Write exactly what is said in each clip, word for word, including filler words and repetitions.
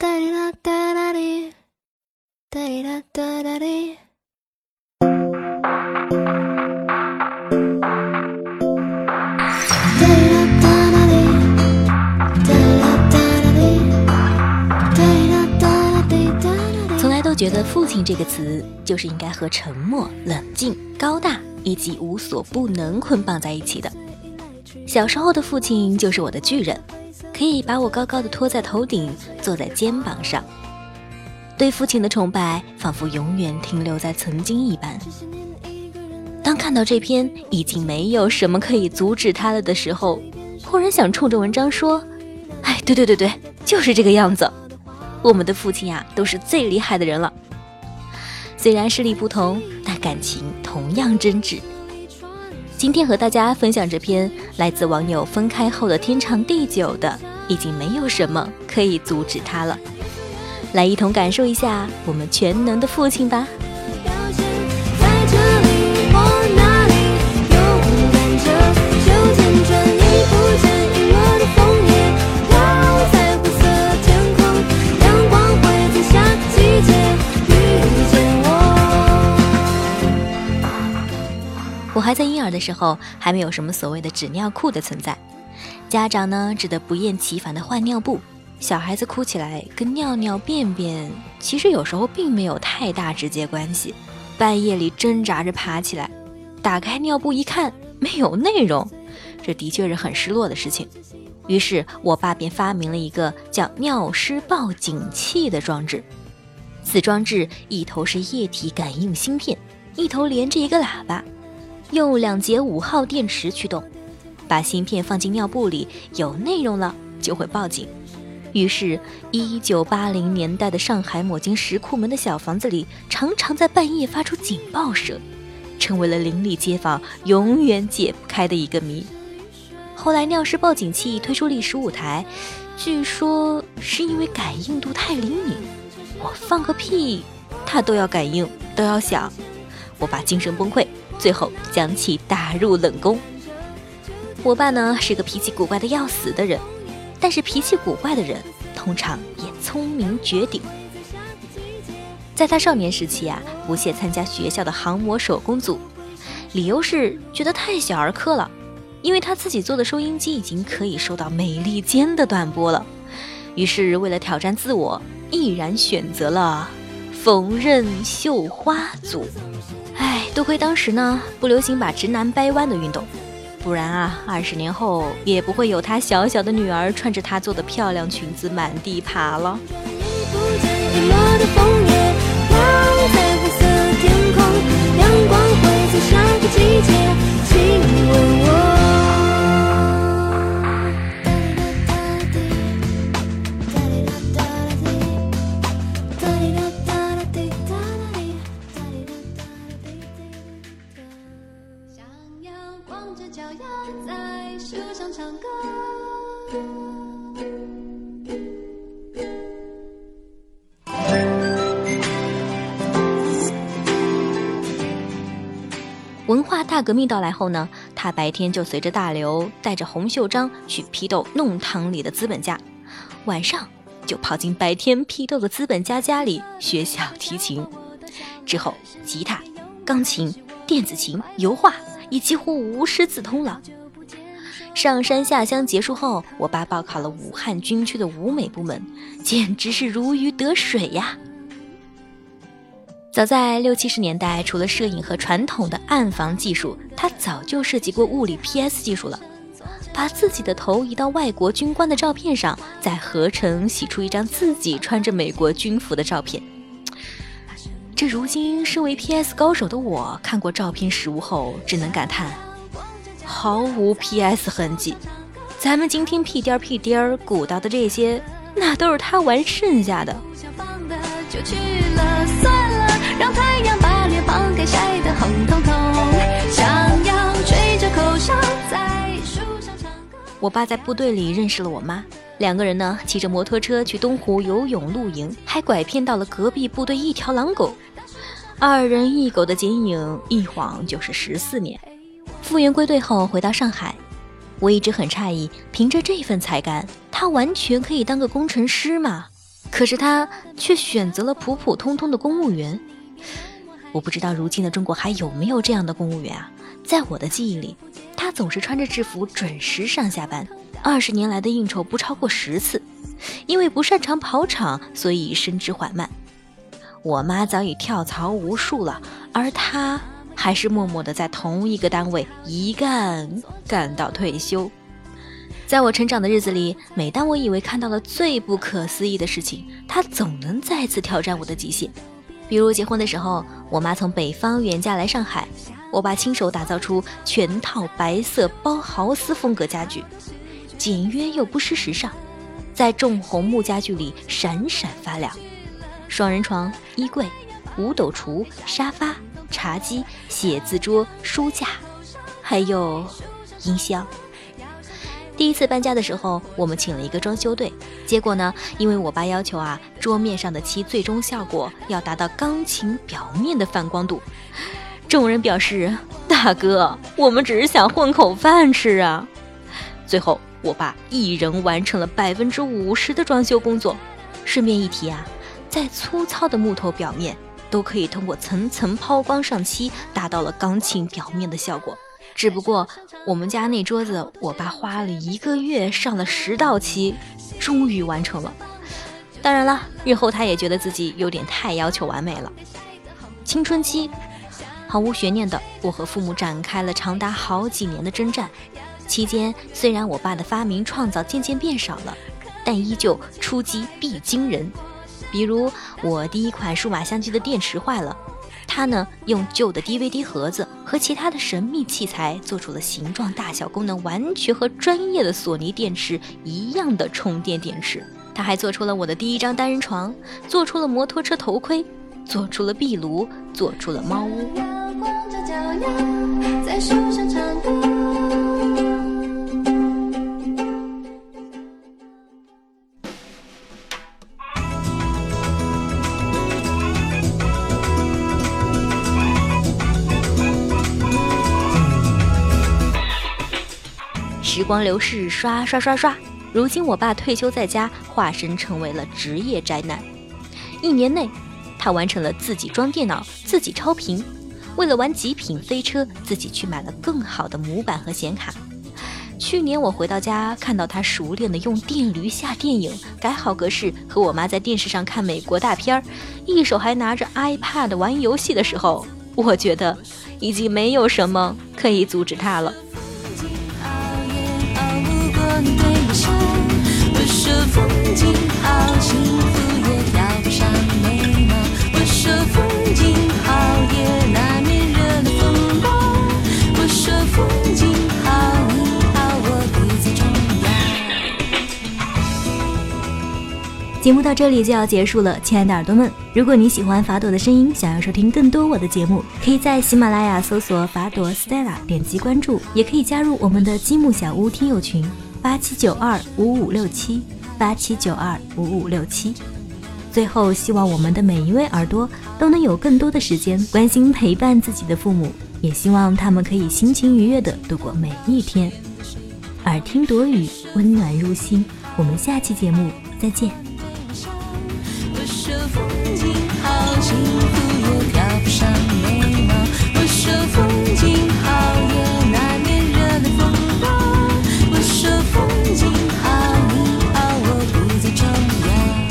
哒哩啦哒啦哩，哒哩啦哒啦哩。 从来都觉得父亲这个词就是应该和沉默、冷静、高大以及无所不能捆绑在一起的。小时候的父亲就是我的巨人，可以把我高高的托在头顶，坐在肩膀上。对父亲的崇拜仿佛永远停留在曾经一般。当看到这篇已经没有什么可以阻止他了的时候，忽然想冲着文章说，哎，对对对对，就是这个样子。我们的父亲呀、啊，都是最厉害的人了。虽然实力不同，但感情同样真挚。今天和大家分享这篇来自网友分开后的天长地久的，已经没有什么可以阻止他了。来一同感受一下我们全能的父亲吧。我还在婴儿的时候，还没有什么所谓的纸尿裤的存在，家长呢只得不厌其烦的换尿布。小孩子哭起来跟尿尿便便其实有时候并没有太大直接关系，半夜里挣扎着爬起来，打开尿布一看没有内容，这的确是很失落的事情。于是我爸便发明了一个叫尿失报警器的装置。此装置一头是液体感应芯片，一头连着一个喇叭，用两节五号电池驱动，把芯片放进尿布里，有内容了就会报警。于是一九八零年代的上海某间石库门的小房子里，常常在半夜发出警报声，成为了邻里街坊永远解不开的一个谜。后来尿失报警器推出历史舞台，据说是因为感应度太灵敏，我放个屁它都要感应，都要响。我爸精神崩溃，最后将其打入冷宫。我爸呢是个脾气古怪的要死的人，但是脾气古怪的人通常也聪明绝顶。在他少年时期啊，不屑参加学校的航模手工组，理由是觉得太小儿科了，因为他自己做的收音机已经可以收到美利坚的短波了。于是为了挑战自我，毅然选择了缝纫绣花组。哎，多亏当时呢不流行把直男掰弯的运动，不然啊，二十年后也不会有他小小的女儿穿着他做的漂亮裙子满地爬了。文化大革命到来后呢，他白天就随着大流带着洪秀章去批斗弄堂里的资本家，晚上就跑进白天批斗的资本家家里学小提琴。之后吉他、钢琴、电子琴、油画也几乎无师自通了。上山下乡结束后，我爸报考了武汉军区的舞美部门，简直是如鱼得水呀。早在六七十年代，除了摄影和传统的暗房技术，他早就涉及过物理 P S 技术了。把自己的头移到外国军官的照片上，再合成洗出一张自己穿着美国军服的照片。这如今身为 P S 高手的我，看过照片实物后，只能感叹毫无 P S 痕迹。咱们今天屁颠儿屁颠儿鼓捣的这些，那都是他玩剩下的。就去了算了，让太阳把脸庞给晒得红彤彤，想要吹着口哨在树上唱歌。我爸在部队里认识了我妈，两个人呢骑着摩托车去东湖游泳露营，还拐骗到了隔壁部队一条狼狗。二人一狗的剪影，一晃就是十四年。复员归队后回到上海，我一直很诧异，凭着这份才干，他完全可以当个工程师嘛。 可是他却选择了普普通通的公务员。我不知道如今的中国还有没有这样的公务员啊？在我的记忆里，他总是穿着制服准时上下班，二十年来的应酬不超过十次。因为不擅长跑场，所以升职缓慢。我妈早已跳槽无数了，而他还是默默地在同一个单位一干干到退休。在我成长的日子里，每当我以为看到了最不可思议的事情，他总能再次挑战我的极限。比如结婚的时候，我妈从北方远嫁来上海，我爸亲手打造出全套白色包豪斯风格家具，简约又不失时尚，在重红木家具里闪闪发亮。双人床、衣柜、五斗橱、沙发、茶几、写字桌、书架，还有音箱。第一次搬家的时候，我们请了一个装修队，结果呢，因为我爸要求啊，桌面上的漆最终效果要达到钢琴表面的反光度。众人表示，大哥，我们只是想混口饭吃啊。最后我爸一人完成了百分之五十的装修工作。顺便一提啊，再粗糙的木头表面都可以通过层层抛光上漆，达到了钢琴表面的效果。只不过我们家那桌子，我爸花了一个月上了十道漆，终于完成了。当然了，日后他也觉得自己有点太要求完美了。青春期，毫无悬念的，我和父母展开了长达好几年的征战。期间，虽然我爸的发明创造渐渐变少了，但依旧出击必惊人。比如我第一款数码相机的电池坏了，他呢用旧的 D V D 盒子和其他的神秘器材做出了形状、大小、功能完全和专业的索尼电池一样的充电电池。他还做出了我的第一张单人床，做出了摩托车头盔，做出了壁炉，做出了猫屋。在树上唱歌。时光流逝，刷刷刷刷，如今我爸退休在家，化身成为了职业宅男。一年内，他完成了自己装电脑、自己超频，为了玩极品飞车，自己去买了更好的模板和显卡。去年我回到家，看到他熟练的用电驴下电影，改好格式，和我妈在电视上看美国大片，一手还拿着 iPad 玩游戏的时候，我觉得已经没有什么可以阻止他了。我说风景好，幸福也要不上眉毛。我说风景好，也难免惹了风暴。我说风景好，你好，我不在重要。节目到这里就要结束了，亲爱的耳朵们，如果你喜欢法朵的声音，想要收听更多我的节目，可以在喜马拉雅搜索法朵 Stella 点击关注，也可以加入我们的积木小屋听友群八七九二五五六七八七九二五五六七。最后，希望我们的每一位耳朵都能有更多的时间关心陪伴自己的父母，也希望他们可以心情愉悦地度过每一天。耳听朵语，温暖入心。我们下期节目再见。我说风景好，幸福也飘不上眉毛。我说风景好，也难免惹了风暴。我说风景好，你好，我不再重要。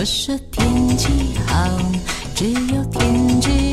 不是天气好，只有天气